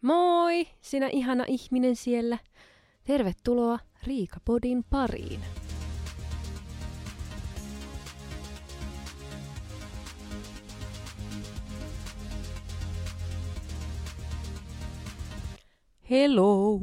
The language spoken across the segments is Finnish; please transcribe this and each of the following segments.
Moi, sinä ihana ihminen siellä. Tervetuloa Riikapodin pariin. Hello!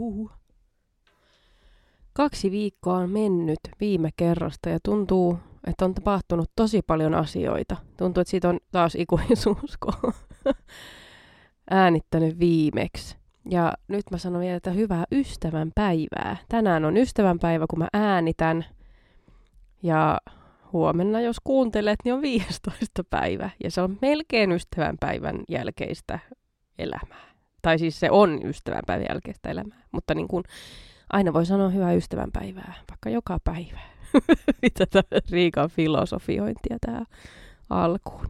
2 viikkoa on mennyt viime kerrasta ja tuntuu, että on tapahtunut tosi paljon asioita. Tuntuu, että siitä on taas ikuisuus, kun on äänittänyt viimeksi. Ja nyt mä sanon vielä, että hyvää ystävänpäivää. Tänään on ystävänpäivä, kun mä äänitän. Ja huomenna, jos kuuntelet, niin on 15. päivä. Ja se on melkein ystävänpäivän jälkeistä elämää. Tai siis se on ystävänpäivän jälkeistä elämää. Mutta niin kuin aina voi sanoa hyvää ystävänpäivää, vaikka joka päivä. Mitä tämä Riikan filosofiointia tähän alkuun.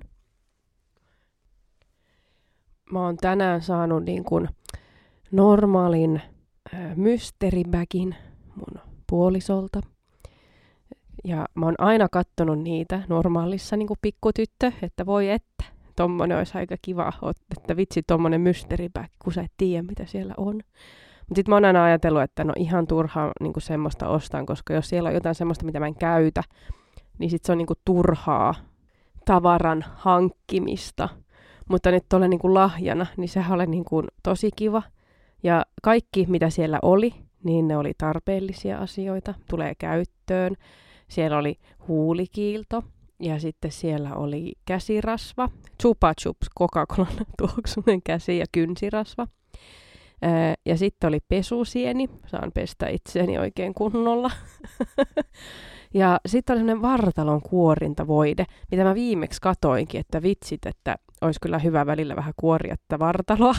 Mä oon tänään saanut niin kuin normaalin mystery-bagin mun puolisolta. Ja mä oon aina kattonut niitä normaalissa niin kuin pikkutyttö, että voi että, tommonen olisi aika kiva, että vitsi tommonen mystery bag, kun sä et tiedä mitä siellä on. Mutta sit mä oon aina ajatellut, että no ihan turhaa niin kuin semmoista ostan, koska jos siellä on jotain semmoista, mitä mä en käytä, niin sit se on niin kuin turhaa tavaran hankkimista. Mutta nyt tuolle niin kuin lahjana, niin sehän oli niin kuin tosi kiva. Ja kaikki, mitä siellä oli, niin ne oli tarpeellisia asioita, tulee käyttöön. Siellä oli huulikiilto ja sitten siellä oli käsirasva, Chupa Chups, Coca-Colan tuoksunen käsi- ja kynsirasva. Ja sitten oli pesusieni, saan pestä itseäni oikein kunnolla. Ja sitten oli sellainen vartalon kuorintavoide, mitä mä viimeksi katoinkin, että vitsit, että olisi kyllä hyvä välillä vähän kuoria tätä vartaloa.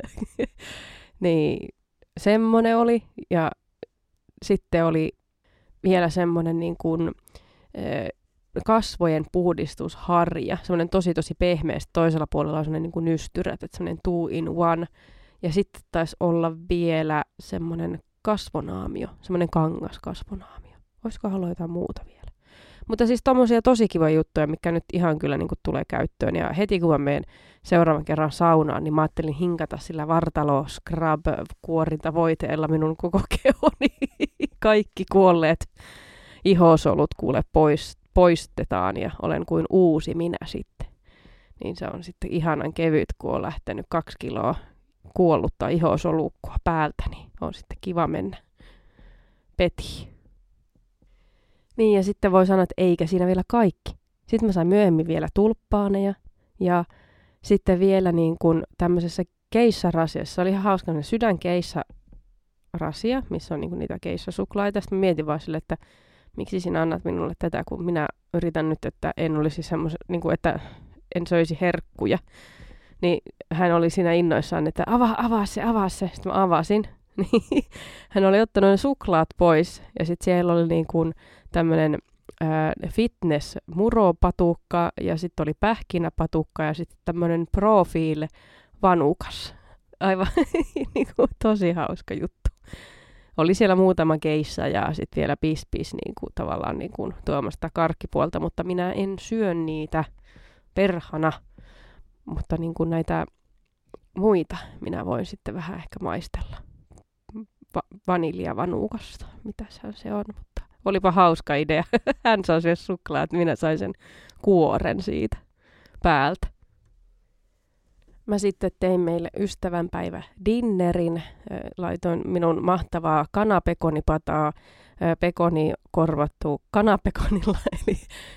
Niin semmonen oli. Ja sitten oli vielä semmonen niin kuin kasvojen puhdistusharja, semmoinen tosi pehmeä. Sitten toisella puolella on semmoinen niin kuin nystyrät, että semmoinen 2-in-1. Ja sitten taisi olla vielä semmoinen kasvonaamio, semmoinen kangaskasvonaamio. Olisiko haluaa jotain muuta vielä? Mutta siis tommosia tosi kivoja juttuja, mikä nyt ihan kyllä niin kuin tulee käyttöön. Ja heti kun mä menen seuraavan kerran saunaan, niin mä ajattelin hinkata sillä vartalo scrub kuorintavoiteella minun koko kehoni. Kaikki kuolleet ihosolut kuule poistetaan ja olen kuin uusi minä sitten. Niin se on sitten ihanan kevyt, kun on lähtenyt 2 kiloa kuollutta ihosolukkoa päältä, niin on sitten kiva mennä petiin. Niin, ja sitten voi sanoa, että eikä siinä vielä kaikki. Sitten mä sain myöhemmin vielä tulppaaneja, ja sitten vielä niin kuin tämmöisessä keissarasiassa, oli ihan hauska sydänkeissarasia, missä on niin kuin niitä keissasuklaita. Sitten mä mietin vaan sille, että miksi sinä annat minulle tätä, kun minä yritän nyt, että en olisi niin kuin, että en söisi herkkuja. Niin hän oli siinä innoissaan, että avaa se. Sitten mä avasin. Niin hän oli ottanut ne suklaat pois ja sitten siellä oli niin kuin tämmöinen fitness-muropatukka ja sitten oli pähkinäpatukka ja sitten tämmöinen profile-vanukas. Aivan niin kuin tosi hauska juttu. Oli siellä muutama keissa ja sitten vielä pis niin kuin tavallaan niin kuin tuomasta karkkipuolta, mutta minä en syö niitä perhana. Mutta niin kuin näitä muita minä voin sitten vähän ehkä maistella. Vaniljavanuukasta, mitäshän se on, mutta olipa hauska idea. Hän saa syödä suklaat, minä sain sen kuoren siitä päältä. Mä sitten tein meille ystävänpäivä dinnerin. Laitoin minun mahtavaa kanapekonipataa. Pekoni korvattu kanapekonilla, eli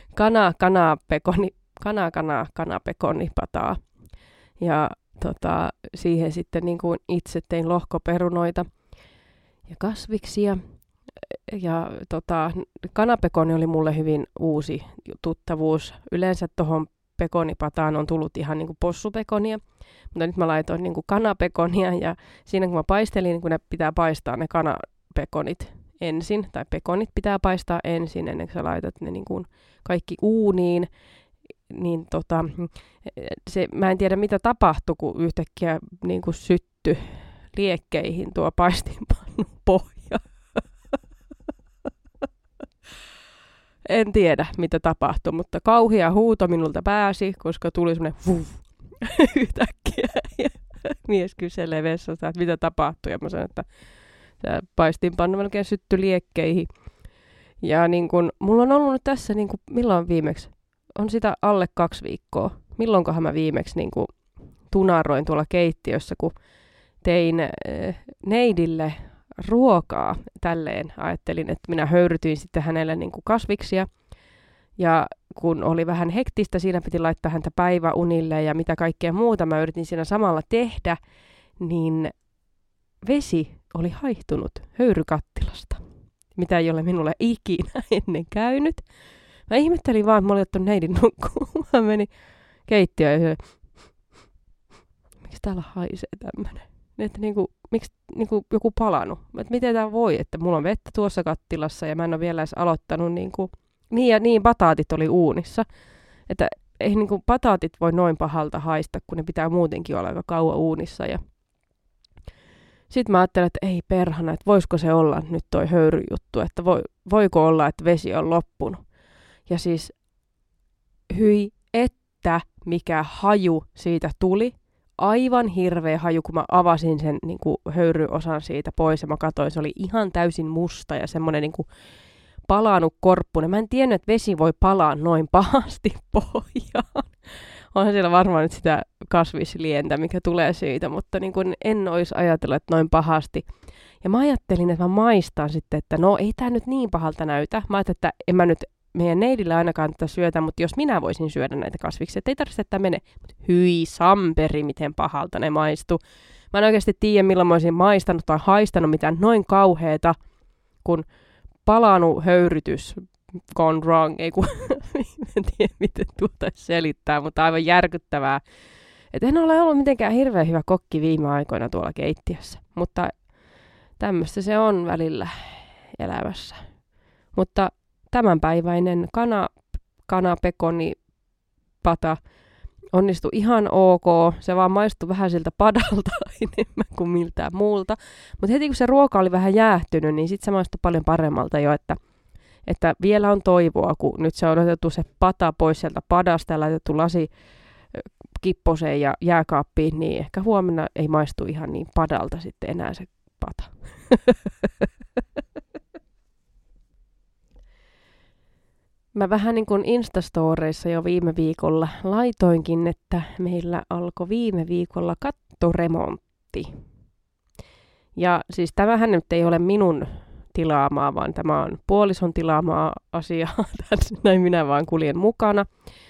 kanapekonipataa. Ja siihen sitten niin kuin itse tein lohkoperunoita ja kasviksia. Ja kanapekoni oli mulle hyvin uusi tuttavuus. Yleensä tuohon pekonipataan on tullut ihan niin kuin possupekonia, mutta nyt mä laitoin niin kuin kanapekonia ja siinä kun mä paistelin, niin kun ne pitää paistaa ne kanapekonit ensin, tai pekonit pitää paistaa ensin ennen kuin sä laitat ne niin kuin kaikki uuniin, niin mä en tiedä mitä tapahtui, kun yhtäkkiä niin kuin syttyi liekkeihin tuo paistinpannun pohja. En tiedä, mitä tapahtui, mutta kauhea huuto minulta pääsi, koska tuli semmoinen yhtäkkiä. Ja mies kyselee vessasta, että mitä tapahtui. Ja mä sanoin, että paistinpannu melkein syttyi liekkeihin. Ja niin kun, mulla on ollut nyt tässä, niin kun, milloin viimeksi? On sitä alle 2 viikkoa. Milloinkohan mä viimeksi niin kun, tunaroin tuolla keittiössä, kun tein neidille ruokaa. Tälleen ajattelin, että minä höyrytyin sitten hänelle niin kuin kasviksia. Ja kun oli vähän hektistä, siinä piti laittaa häntä päiväunille ja mitä kaikkea muuta mä yritin siinä samalla tehdä, niin vesi oli haihtunut höyrykattilasta, mitä ei ole minulle ikinä ennen käynyt. Mä ihmettelin vaan, että mä olin ottanut neidin nukkuun. Mä menin keittiöön ja miksi täällä haisee tämmönen? Että miksi joku palanut? Että miten tää voi, että mulla on vettä tuossa kattilassa ja mä en ole vielä edes aloittanut niin bataatit oli uunissa. Että ei bataatit voi noin pahalta haista, kun ne pitää muutenkin olla aika kauan uunissa. Ja sitten mä ajattelin, että ei perhana, että voisiko se olla nyt toi höyryjuttu, että voiko olla, että vesi on loppunut. Ja siis hyi, että mikä haju siitä tuli. Aivan hirveä haju, kun mä avasin sen höyryosan siitä pois ja mä katsoin, se oli ihan täysin musta ja semmoinen palanut korppunen. Mä en tiennyt, että vesi voi palaa noin pahasti pohjaan. Onhan siellä varmaan nyt sitä kasvislientä, mikä tulee siitä, mutta en olisi ajatellut, että noin pahasti. Ja mä ajattelin, että mä maistan sitten, että no ei tää nyt niin pahalta näytä. Mä ajattelin, että en mä nyt meidän neidille ainakaan tätä syötä, mutta jos minä voisin syödä näitä kasviksia, että ei tarvitse, että mene. Hyi samperi, miten pahalta ne maistuu. Mä en oikeasti tiedä, milloin mä olisin maistanut tai haistanut mitään noin kauheeta, kun palanut höyrytys gone wrong. Ei kun, en tiedä, miten tuota selittää, mutta aivan järkyttävää. Et en ole ollut mitenkään hirveän hyvä kokki viime aikoina tuolla keittiössä, mutta tämmöistä se on välillä elämässä. Mutta tämänpäiväinen kanapekoni-pata onnistui ihan ok. Se vaan maistui vähän siltä padalta enemmän kuin miltään muulta. Mutta heti kun se ruoka oli vähän jäähtynyt, niin sitten se maistui paljon paremmalta jo, että vielä on toivoa, kun nyt se on otettu se pata pois sieltä padasta ja laitettu lasi kipposeen ja jääkaappiin, niin ehkä huomenna ei maistu ihan niin padalta sitten enää se pata. Mä vähän niin kuin Instastoreissa jo viime viikolla laitoinkin, että meillä alkoi viime viikolla kattoremontti. Ja siis tämähän nyt ei ole minun tilaamaa, vaan tämä on puolison tilaamaa asiaa. Näin minä vaan kuljen mukana.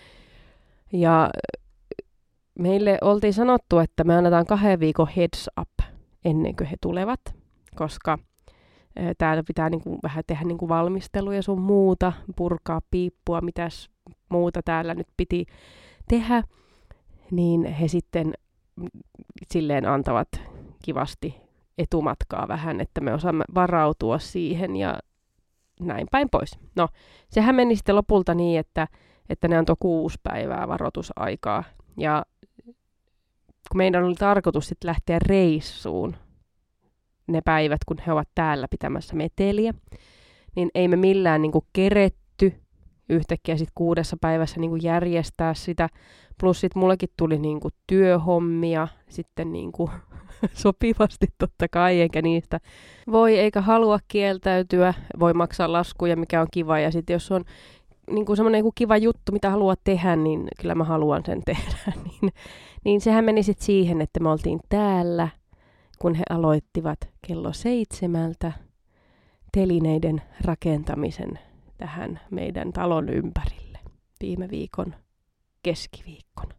Ja meille oltiin sanottu, että me annetaan 2 viikon heads up ennen kuin he tulevat, koska täällä pitää vähän tehdä valmisteluja sun muuta, purkaa piippua, mitäs muuta täällä nyt piti tehdä, niin he sitten silleen antavat kivasti etumatkaa vähän, että me osaamme varautua siihen ja näin päin pois. No, sehän meni sitten lopulta niin, että ne antoi 6 päivää varoitusaikaa ja kun meidän oli tarkoitus sitten lähteä reissuun, ne päivät, kun he ovat täällä pitämässä meteliä, niin ei me millään keretty yhtäkkiä sitten 6 päivässä järjestää sitä. Plus sitten mullekin tuli työhommia sitten sopivasti totta kai, eikä niistä voi eikä halua kieltäytyä. Voi maksaa laskuja, mikä on kiva. Ja sitten jos on semmoinen kiva juttu, mitä haluaa tehdä, niin kyllä mä haluan sen tehdä. niin sehän meni sitten siihen, että me oltiin täällä, kun he aloittivat kello 7 telineiden rakentamisen tähän meidän talon ympärille viime viikon keskiviikkona.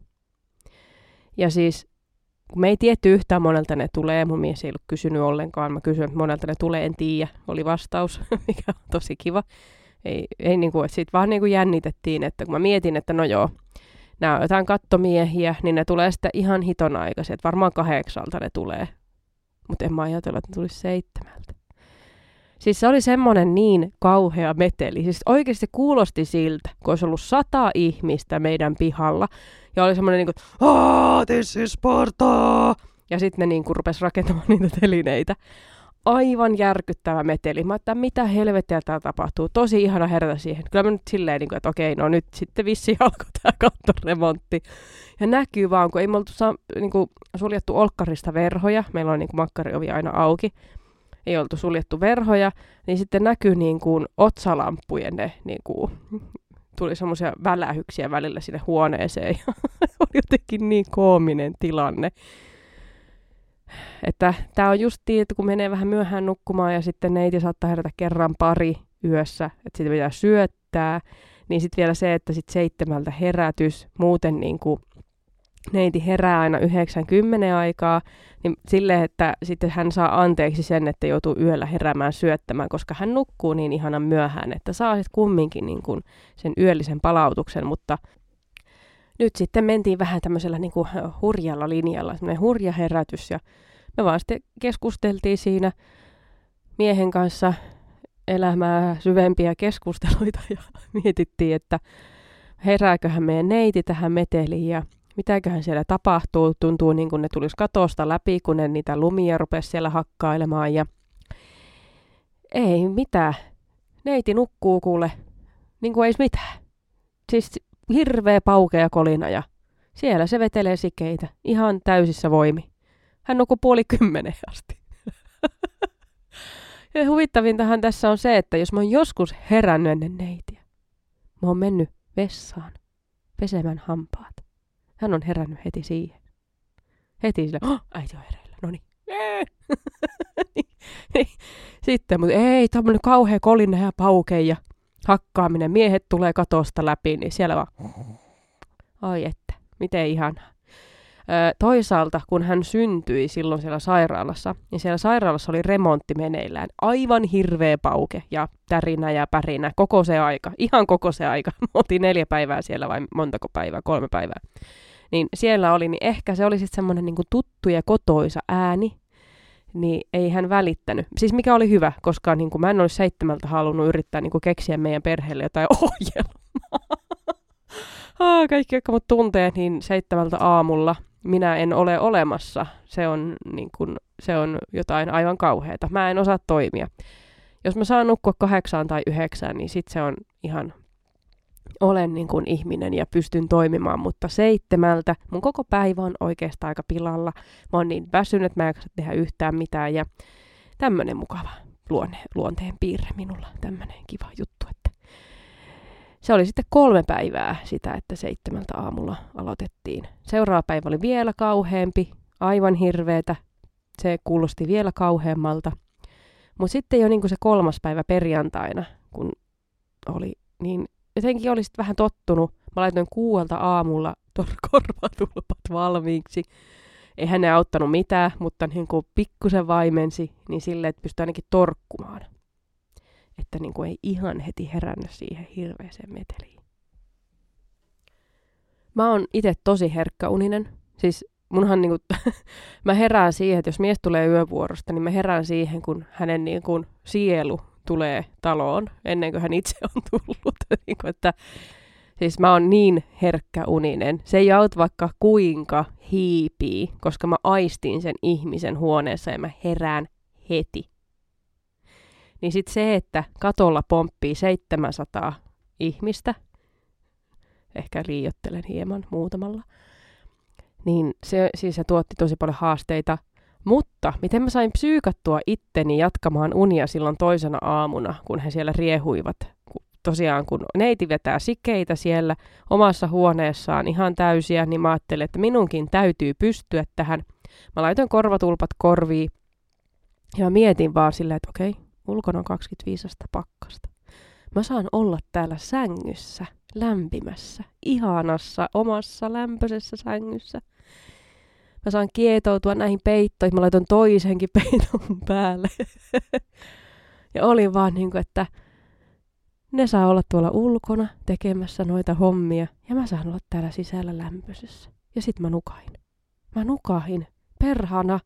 Ja siis, kun me ei tiedetty yhtään monelta ne tulee, mun mies ei ollut kysynyt ollenkaan, mä kysyin, että monelta ne tulee, en tiedä, oli vastaus, mikä on tosi kiva. Ei että sit vaan jännitettiin, että kun mä mietin, että no joo, nämä on jotain kattomiehiä, niin ne tulee sitten ihan hiton aikaisin, että varmaan 8 ne tulee. Mutta en mä ajatella, että ne tulisi 7. Siis se oli semmoinen niin kauhea meteli. Siis oikeasti se kuulosti siltä, kun olisi ollut 100 ihmistä meidän pihalla. Ja oli semmoinen this is Sparta! Ja sitten ne rupesi rakentamaan niitä telineitä. aivan järkyttävä meteli. Mä että mitä helvettiä täällä tapahtuu. Tosi ihana herätä siihen. Kyllä mä nyt silleen, että okei, no nyt sitten vissiin alkoi tää kattoremontti. Ja näkyy vaan, kun ei me oltu suljettu olkkarista verhoja. Meillä on makkariovi aina auki. Ei oltu suljettu verhoja. Niin sitten näkyy otsalampujen ne tuli semmoisia välähyksiä välillä sinne huoneeseen. Ja oli jotenkin niin koominen tilanne. Että tää on justiin, että kun menee vähän myöhään nukkumaan ja sitten neiti saattaa herätä kerran pari yössä, että sitä pitää syöttää, niin sitten vielä se, että sitten 7 herätys, muuten neiti herää aina 9-10 aikaa, niin silleen, että sitten hän saa anteeksi sen, että joutuu yöllä heräämään syöttämään, koska hän nukkuu niin ihanan myöhään, että saa sitten kumminkin sen yöllisen palautuksen, mutta nyt sitten mentiin vähän tämmöisellä hurjalla linjalla, semmoinen hurja herätys ja me vaan sitten keskusteltiin siinä miehen kanssa elämää syvempiä keskusteluita ja mietittiin, että herääköhän meidän neiti tähän meteliin ja mitäköhän siellä tapahtuu. Tuntuu niin kuin ne tulisi katosta läpi, kun ne niitä lumia rupesi siellä hakkailemaan ja ei mitään. Neiti nukkuu kuule, niin kuin ei mitään. Siis hirveä paukea kolina ja siellä se vetelee sikeitä ihan täysissä voimi. Hän nukkui 9:30 asti. Ja huvittavintahan tässä on se, että jos mä oon joskus herännyt ennen neitiä, mä oon mennyt vessaan pesemään hampaat. Hän on herännyt heti siihen. Heti sille, äiti on hereillä, noniin. Sitten, mutta ei, tämmönen kauhea kolina ja pauke ja hakkaaminen. Miehet tulee katosta läpi, niin siellä vaan, ai että, miten ihanaa. Toisaalta, kun hän syntyi silloin siellä sairaalassa, niin siellä sairaalassa oli remontti meneillään. Aivan hirveä pauke ja tärinä ja pärinä koko se aika. Ihan koko se aika. Me oltiin 4 päivää siellä vai montako päivää, 3 päivää. Niin siellä oli, niin ehkä se oli sitten semmoinen tuttu ja kotoisa ääni, niin ei hän välittänyt. Siis mikä oli hyvä, koska mä en olisi 7 halunnut yrittää keksiä meidän perheelle jotain ohjelmaa. Kaikki, jotka mut tuntee, niin 7 aamulla minä en ole olemassa. Se on jotain aivan kauheata. Mä en osaa toimia. Jos mä saan nukkua 8 tai 9, niin sit se on ihan, olen ihminen ja pystyn toimimaan, mutta 7, mun koko päivä on oikeastaan aika pilalla. Mä oon niin väsynyt, että mä en jaksa tehdä yhtään mitään ja tämmönen mukava luonteen piirre minulla, tämmönen kiva juttu, että se oli sitten 3 päivää sitä, että 7 aamulla aloitettiin. Seuraava päivä oli vielä kauheampi, aivan hirveetä. Se kuulosti vielä kauheammalta. Mutta sitten jo se 3. päivä perjantaina, kun oli, niin jotenkin oli sitten vähän tottunut. Mä laitoin 6 aamulla korvatulpat valmiiksi. Eihän ne auttanut mitään, mutta pikkusen vaimensi, niin silleen, että pystyi ainakin torkkumaan. Että ei ihan heti herännyt siihen hirveäseen meteliin. Mä oon itse tosi herkkäuninen. Siis munhan mä herään siihen, että jos mies tulee yövuorosta, niin mä herään siihen, kun hänen sielu tulee taloon, ennen kuin hän itse on tullut. Että, siis mä oon niin herkkäuninen. Se ei auta vaikka kuinka hiipii, koska mä aistin sen ihmisen huoneessa ja mä herään heti. Niin sitten se, että katolla pomppii 700 ihmistä, ehkä liioittelen hieman muutamalla, niin se tuotti tosi paljon haasteita. Mutta miten mä sain psyykattua itteni jatkamaan unia silloin toisena aamuna, kun he siellä riehuivat. Tosiaan kun neiti vetää sikeitä siellä omassa huoneessaan ihan täysiä, niin mä ajattelin, että minunkin täytyy pystyä tähän. Mä laitoin korvatulpat korviin ja mietin vaan silleen, että okei, ulkona on 25 astetta pakkasta. Mä saan olla täällä sängyssä, lämpimässä, ihanassa, omassa lämpöisessä sängyssä. Mä saan kietoutua näihin peittoihin. Mä laitan toisenkin peiton päälle. Ja oli vaan että ne saa olla tuolla ulkona tekemässä noita hommia. Ja mä saan olla täällä sisällä lämpöisessä. Ja sit mä nukahin. Perhana.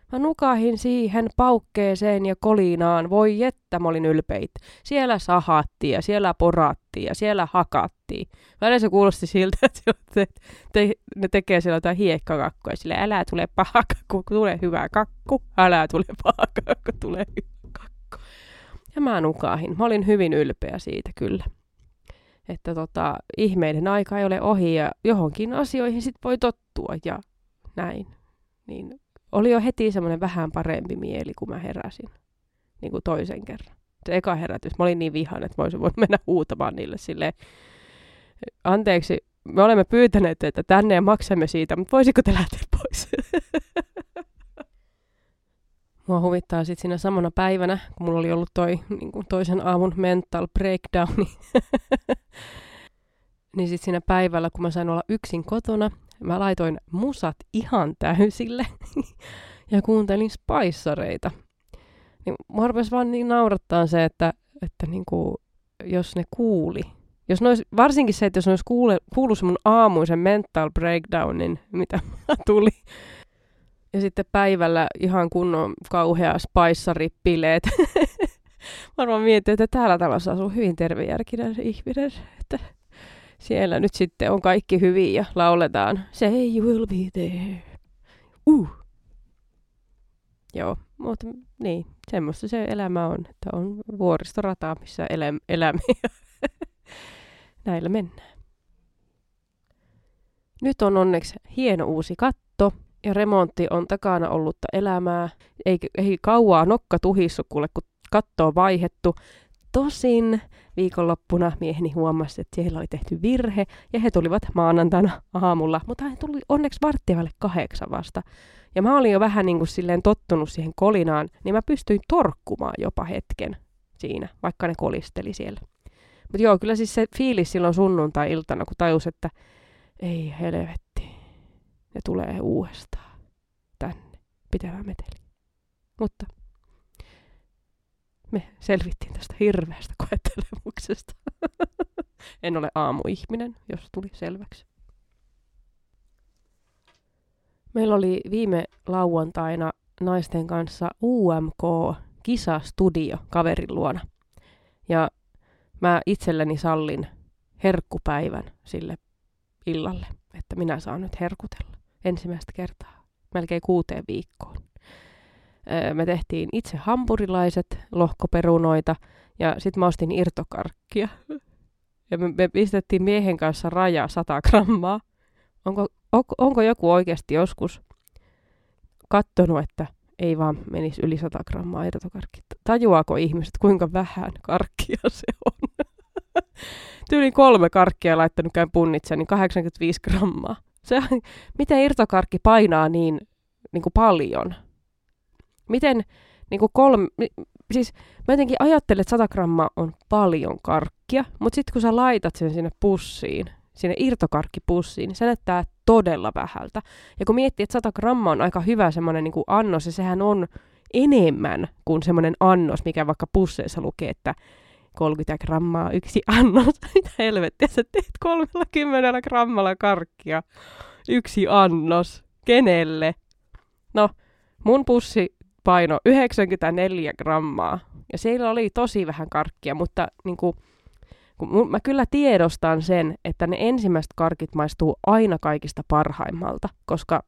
Mä nukahin siihen paukkeeseen ja kolinaan. Voi jettä, mä olin ylpeitä. Siellä sahattiin ja siellä porattiin ja siellä hakattiin. Välillä se kuulosti siltä, että ne tekee siellä jotain hiekkakakkoa. Sille älä tule paha kakku, tule hyvä kakku. Älä tule paha kakku, tule hyvä kakku. Ja mä nukahin. Mä olin hyvin ylpeä siitä kyllä. Että ihmeiden aika ei ole ohi ja johonkin asioihin sit voi tottua ja näin. Niin oli jo heti semmoinen vähän parempi mieli, kun mä heräsin. Niin kuin toisen kerran. Se eka herätys. Mä olin niin vihainen, että mä olisin voinut mennä huutamaan niille silleen. Anteeksi, me olemme pyytäneet teitä tänne ja maksamme siitä, mutta voisiko te lähteä pois? Mua huvittaa sitten siinä samana päivänä, kun mulla oli ollut toisen aamun mental breakdowni. Niin sitten siinä päivällä, kun mä sain olla yksin kotona, mä laitoin musat ihan täysille ja kuuntelin spaissareita. Niin mua rupesi vaan niin naurattaa se, että niinku, jos ne kuuli. Varsinkin se, että jos ne olisi kuullut mun aamuisen mental breakdownin, mitä tuli. Ja sitten päivällä ihan kunnon kauhea spaissaripileet. Varmaan mietin, että täällä talossa asuu hyvin tervejärkinen ihminen, että siellä nyt sitten on kaikki hyvin ja lauletaan Say you will be there. Joo, mutta niin, semmoista se elämä on, että on vuoristorataa, missä elämme. Näillä mennään. Nyt on onneksi hieno uusi katto ja remontti on takana ollutta elämää. Ei kauaa nokka tuhissu kuule, kun katto on vaihettu. Tosin viikonloppuna mieheni huomasi, että siellä oli tehty virhe ja he tulivat maanantaina aamulla, mutta he tuli onneksi 7:15 vasta. Ja mä olin jo vähän niin kuin silleen tottunut siihen kolinaan, niin mä pystyin torkkumaan jopa hetken siinä, vaikka ne kolisteli siellä. Mutta joo, kyllä siis se fiilis silloin sunnuntai-iltana, kun tajus, että ei helvetti, ne tulee uudestaan tänne, pitävä meteli. Mutta me selvittiin tästä hirveästä koettelemuksesta. En ole aamuihminen, jos tuli selväksi. Meillä oli viime lauantaina naisten kanssa UMK-kisastudio kaverin luona. Ja mä itselleni sallin herkkupäivän sille illalle, että minä saan nyt herkutella ensimmäistä kertaa melkein 6 viikkoon. Me tehtiin itse hampurilaiset, lohkoperunoita ja sitten mä ostin irtokarkkia. Ja me pistettiin miehen kanssa raja 100 grammaa. Onko joku oikeasti joskus katsonut, että ei vaan menisi yli 100 grammaa irtokarkkia? Tajuaako ihmiset, kuinka vähän karkkia se on? Tyyliin 3 karkkia laittanut käyn punnitsen, niin 85 grammaa. Miten irtokarkki painaa niin kuin paljon? Miten niin kuin siis mä jotenkin ajattelen, että 100 grammaa on paljon karkkia, mutta sitten kun sä laitat sen sinne pussiin, sinne irtokarkkipussiin, niin se näyttää todella vähältä. Ja kun miettii, että 100 grammaa on aika hyvä semmoinen niin kuin annos, ja sehän on enemmän kuin semmoinen annos, mikä vaikka pusseissa lukee, että 30 grammaa yksi annos. Mitä helvettiä, sä teet 30 grammalla karkkia yksi annos. Kenelle? No, mun pussi paino 94 grammaa. Ja siellä oli tosi vähän karkkia, mutta niin kuin, mä kyllä tiedostan sen, että ne ensimmäiset karkit maistuu aina kaikista parhaimmalta, koska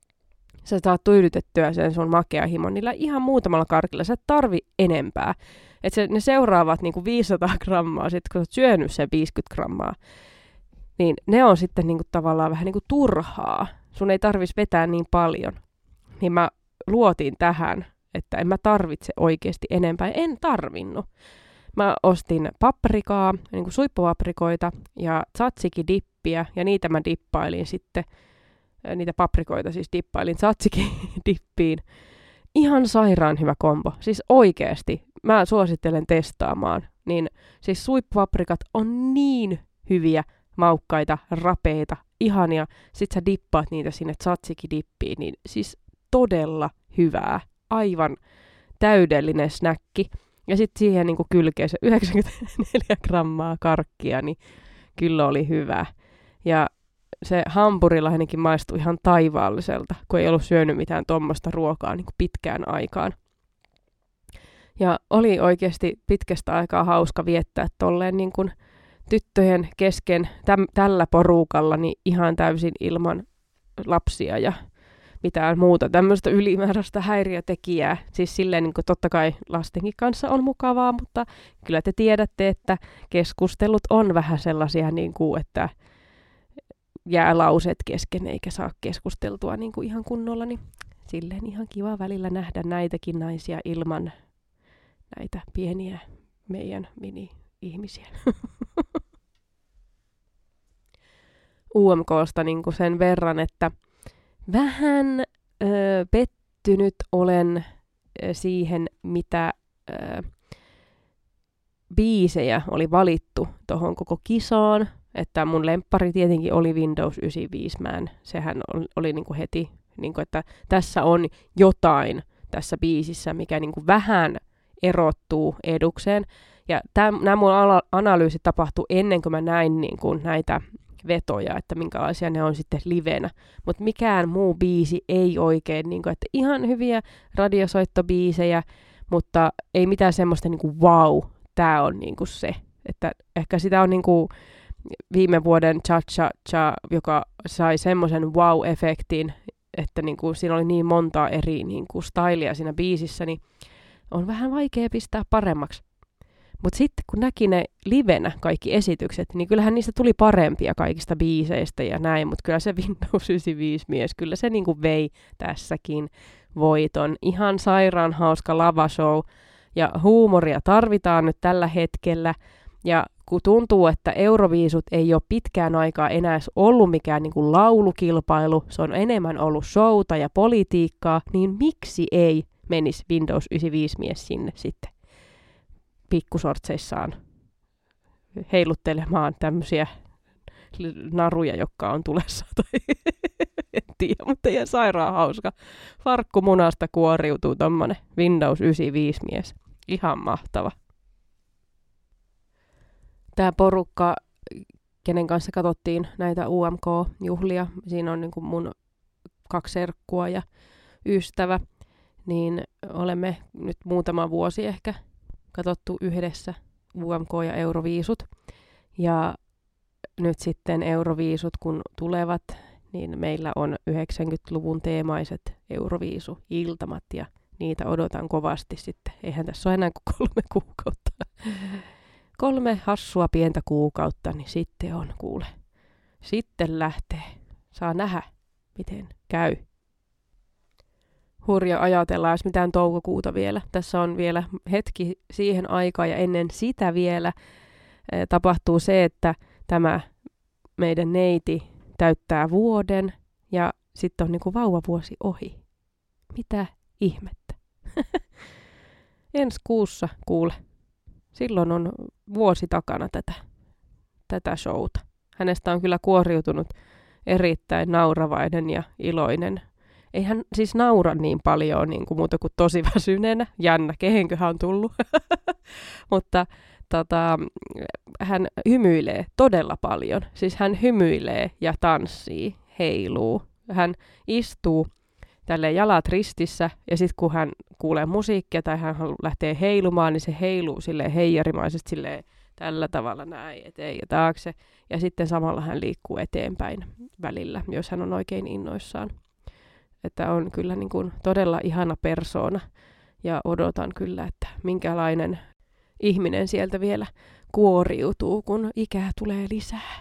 sä saat tyydytettyä sen sun makeahimon niillä ihan muutamalla karkilla. Sä et tarvi enempää. Että ne seuraavat niin kuin 500 grammaa, sit kun sä oot syönyt sen 50 grammaa, niin ne on sitten niin kuin tavallaan vähän niin kuin turhaa. Sun ei tarvitsisi vetää niin paljon. Niin mä luotin tähän, että en mä tarvitse oikeasti enempää. En tarvinnut. Mä ostin paprikaa, niin kuin suippupaprikoita ja tzatziki-dippiä, ja niitä mä dippailin sitten, niitä paprikoita siis dippailin tzatziki-dippiin. Ihan sairaan hyvä kombo. Siis oikeesti, mä suosittelen testaamaan. Niin siis suippupaprikat on niin hyviä, maukkaita, rapeita, ihania. Sit sä dippaat niitä sinne tzatziki-dippiin, niin siis todella hyvää. Aivan täydellinen snäkki. Ja sitten siihen niin kylkee se 94 grammaa karkkia, niin kyllä oli hyvä. Ja se hampurilainenkin maistui ihan taivaalliselta, kun ei ollut syönyt mitään tuommoista ruokaa niin kuin pitkään aikaan. Ja oli oikeasti pitkästä aikaa hauska viettää tolleen niin kuin tyttöjen kesken tällä porukalla niin ihan täysin ilman lapsia ja mitään muuta tämmöistä ylimääräistä häiriötekijää. Siis silleen niin kuin totta kai lastenkin kanssa on mukavaa, mutta kyllä te tiedätte, että keskustelut on vähän sellaisia, niin kuin, että jää lauseet kesken eikä saa keskusteltua niin kuin ihan kunnolla. Niin silleen ihan kiva välillä nähdä näitäkin naisia ilman näitä pieniä meidän mini-ihmisiä. UMKsta niin kuin sen verran, että vähän pettynyt olen siihen, mitä biisejä oli valittu tuohon koko kisaan. Että mun lemppari tietenkin oli Windows 95 Man. Sehän oli niin kuin heti, niin kuin, että tässä on jotain tässä biisissä, mikä niin kuin vähän erottuu edukseen. Ja nämä mun analyysit tapahtui ennen kuin mä näin niin kuin näitä vetoja, että minkälaisia ne on sitten livenä. Mutta mikään muu biisi ei oikein, niin kuin, että ihan hyviä radiosoittobiisejä, mutta ei mitään semmoista niin kuin wow, tää on niin kuin se. Että ehkä sitä on niin kuin viime vuoden Cha-Cha-Cha, joka sai semmoisen wow-efektin, että niin kuin siinä oli niin monta eri niin kuin stylia siinä biisissä, niin on vähän vaikea pistää paremmaksi. Mutta sitten kun näki ne livenä kaikki esitykset, niin kyllähän niistä tuli parempia kaikista biiseistä ja näin, mutta kyllä se Windows 95 mies, kyllä se niinku vei tässäkin voiton. Ihan sairaan hauska lavashow ja huumoria tarvitaan nyt tällä hetkellä. Ja kun tuntuu, että Euroviisut ei ole pitkään aikaa enää ollut mikään niinku laulukilpailu, se on enemmän ollut showta ja politiikkaa, niin miksi ei menisi Windows 95 mies sinne sitten pikkusortseissaan heiluttelemaan tämmöisiä naruja, jotka on tulessa. Tai en tiedä, mutta ihan sairaan hauska. Farkkumunasta kuoriutuu tommonen Windows 95 mies. Ihan mahtava. Tää porukka, kenen kanssa katsottiin näitä UMK-juhlia, siinä on niin kuin mun 2 serkkua ja ystävä, niin olemme nyt muutama vuosi ehkä katsottu yhdessä UMK ja Euroviisut. Ja nyt sitten Euroviisut, kun tulevat, niin meillä on 90-luvun teemaiset Euroviisu-iltamat ja niitä odotan kovasti sitten. Eihän tässä ole enää kuin 3 kuukautta. 3 hassua pientä kuukautta, niin sitten on kuule. Sitten lähtee. Saa nähdä, miten käy. Hurja ajatella, jos mitään toukokuuta vielä. Tässä on vielä hetki siihen aikaan ja ennen sitä vielä tapahtuu se, että tämä meidän neiti täyttää vuoden ja sitten on niinku vauvavuosi ohi. Mitä ihmettä? Ensi kuussa kuule. Silloin on vuosi takana tätä showta. Hänestä on kyllä kuoriutunut erittäin nauravainen ja iloinen. Ei hän siis naura niin paljon niin kuin muuta kuin tosi väsyneenä. Jännä, kehenköhän on tullut. Mutta hän hymyilee todella paljon. Siis hän hymyilee ja tanssii, heiluu. Hän istuu tälleen jalat ristissä ja sitten kun hän kuulee musiikkia tai hän lähtee heilumaan, niin se heiluu silleen heijarimaisesti silleen tällä tavalla näin eteen ja taakse. Ja sitten samalla hän liikkuu eteenpäin välillä, jos hän on oikein innoissaan. Että on kyllä niin kuin todella ihana persoona ja odotan kyllä, että minkälainen ihminen sieltä vielä kuoriutuu, kun ikää tulee lisää.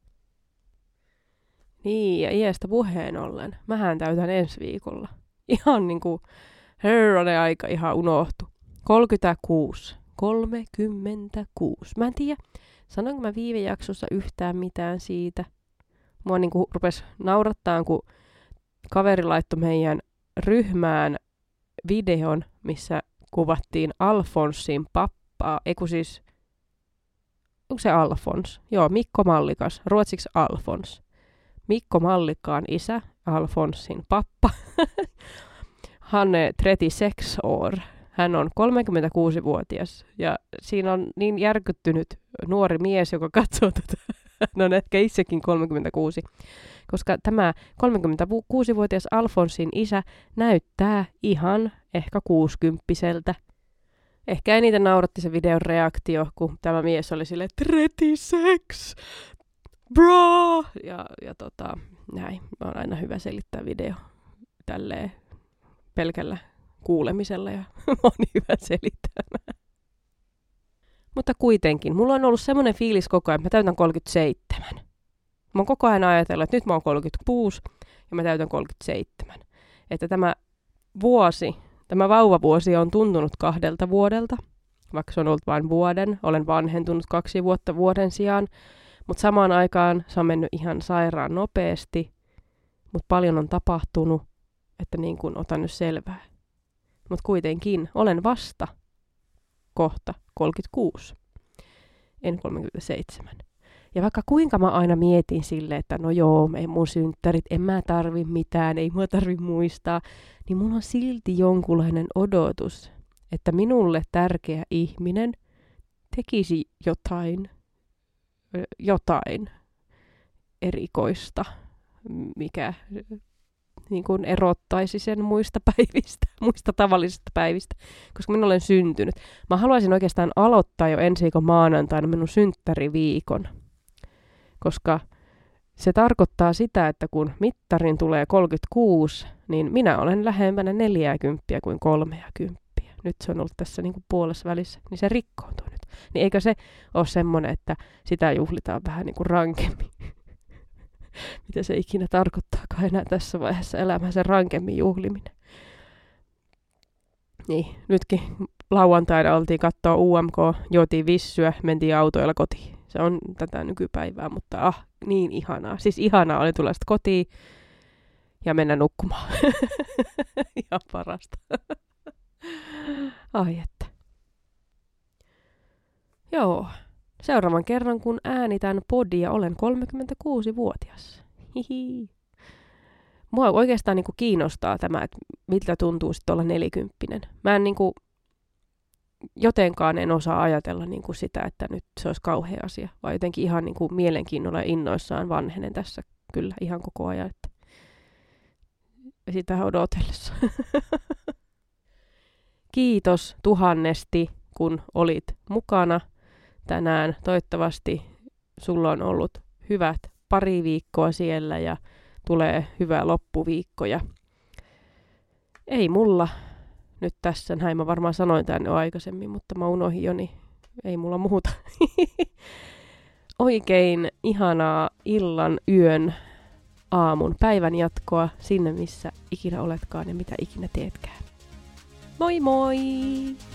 Niin, ja iästä puheen ollen. Mähän täytän ensi viikolla. Ihan niin kuin herranen aika ihan unohtu. 36. 36. Mä en tiedä, sanoinko mä viime jaksossa yhtään mitään siitä. Mua niin kuin rupesi naurattaa, kun kaveri laittoi meidän ryhmään videon, missä kuvattiin Alfonsin pappaa. Eiku siis, onko se Alfons? Joo, Mikko Mallikas, ruotsiksi Alfons. Mikko Mallikkaan isä, Alfonsin pappa. Han är 36 år. Hän on 36-vuotias ja siinä on niin järkyttynyt nuori mies, joka katsoo tätä No ehkä itsekin 36. Koska tämä 36-vuotias Alfonsin isä näyttää ihan ehkä 60-vuotiaalta. Ehkä eniten nauratti se videon reaktio, kun tämä mies oli silleen 36, bro! Ja näin. On aina hyvä selittää video tälleen pelkällä kuulemisella ja on hyvä selittää. Mutta kuitenkin, mulla on ollut semmoinen fiilis koko ajan, että mä täytän 37. Mä oon koko ajan ajatellut, että nyt mä oon 36 ja mä täytän 37. Että tämä vauvavuosi on tuntunut 2 vuodelta, vaikka se on ollut vain vuoden. Olen vanhentunut 2 vuotta vuoden sijaan, mutta samaan aikaan se on mennyt ihan sairaan nopeasti, mutta paljon on tapahtunut, että niin kuin otan nyt selvää. Mutta kuitenkin olen vasta kohta 36, en 37. Ja vaikka kuinka mä aina mietin silleen, että no joo, ei mun synttärit, en mä tarvi mitään, ei mua tarvi muistaa, niin mulla on silti jonkunlainen odotus, että minulle tärkeä ihminen tekisi jotain erikoista, mikä niin kuin erottaisi sen muista tavallisista päivistä, koska minä olen syntynyt. Mä haluaisin oikeastaan aloittaa jo ensi viikon maanantaina minun synttäriviikon, koska se tarkoittaa sitä, että kun mittarin tulee 36, niin minä olen lähempänä 40 kuin 30. Nyt se on ollut tässä niin kuin puolessa välissä, niin se rikkoontuu nyt. Niin eikö se ole semmoinen, että sitä juhlitaan vähän niin kuin rankemmin? Mitä se ikinä tarkoittaakaan enää tässä vaiheessa elämää, se rankemmin juhliminen. Niin, nytkin lauantaina oltiin katsoa UMK, juotiin vissyä, mentiin autoilla kotiin. Se on tätä nykypäivää, mutta niin ihanaa. Siis ihanaa oli tulla kotiin ja mennä nukkumaan. Ihan parasta. Ai että. Joo. Seuraavan kerran, kun äänitän podia, olen 36-vuotias. Hihi. Mua oikeastaan niin kuin kiinnostaa tämä, että miltä tuntuu sitten olla 40. Mä en niin kuin, jotenkaan en osaa ajatella niin kuin sitä, että nyt se olisi kauhea asia. Vaan jotenkin ihan niin kuin mielenkiinnolla ja innoissaan vanhenen tässä kyllä ihan koko ajan. Että sitä odotellessa. Kiitos tuhannesti, kun olit mukana tänään. Toivottavasti sulla on ollut hyvät 2 viikkoa siellä ja tulee hyvä loppuviikko. Ja ei mulla nyt tässä, näin mä varmaan sanoin tämän jo aikaisemmin, mutta mä unohdin jo, niin ei mulla muuta. Oikein ihanaa illan, yön, aamun, päivän jatkoa sinne, missä ikinä oletkaan ja mitä ikinä teetkään. Moi moi!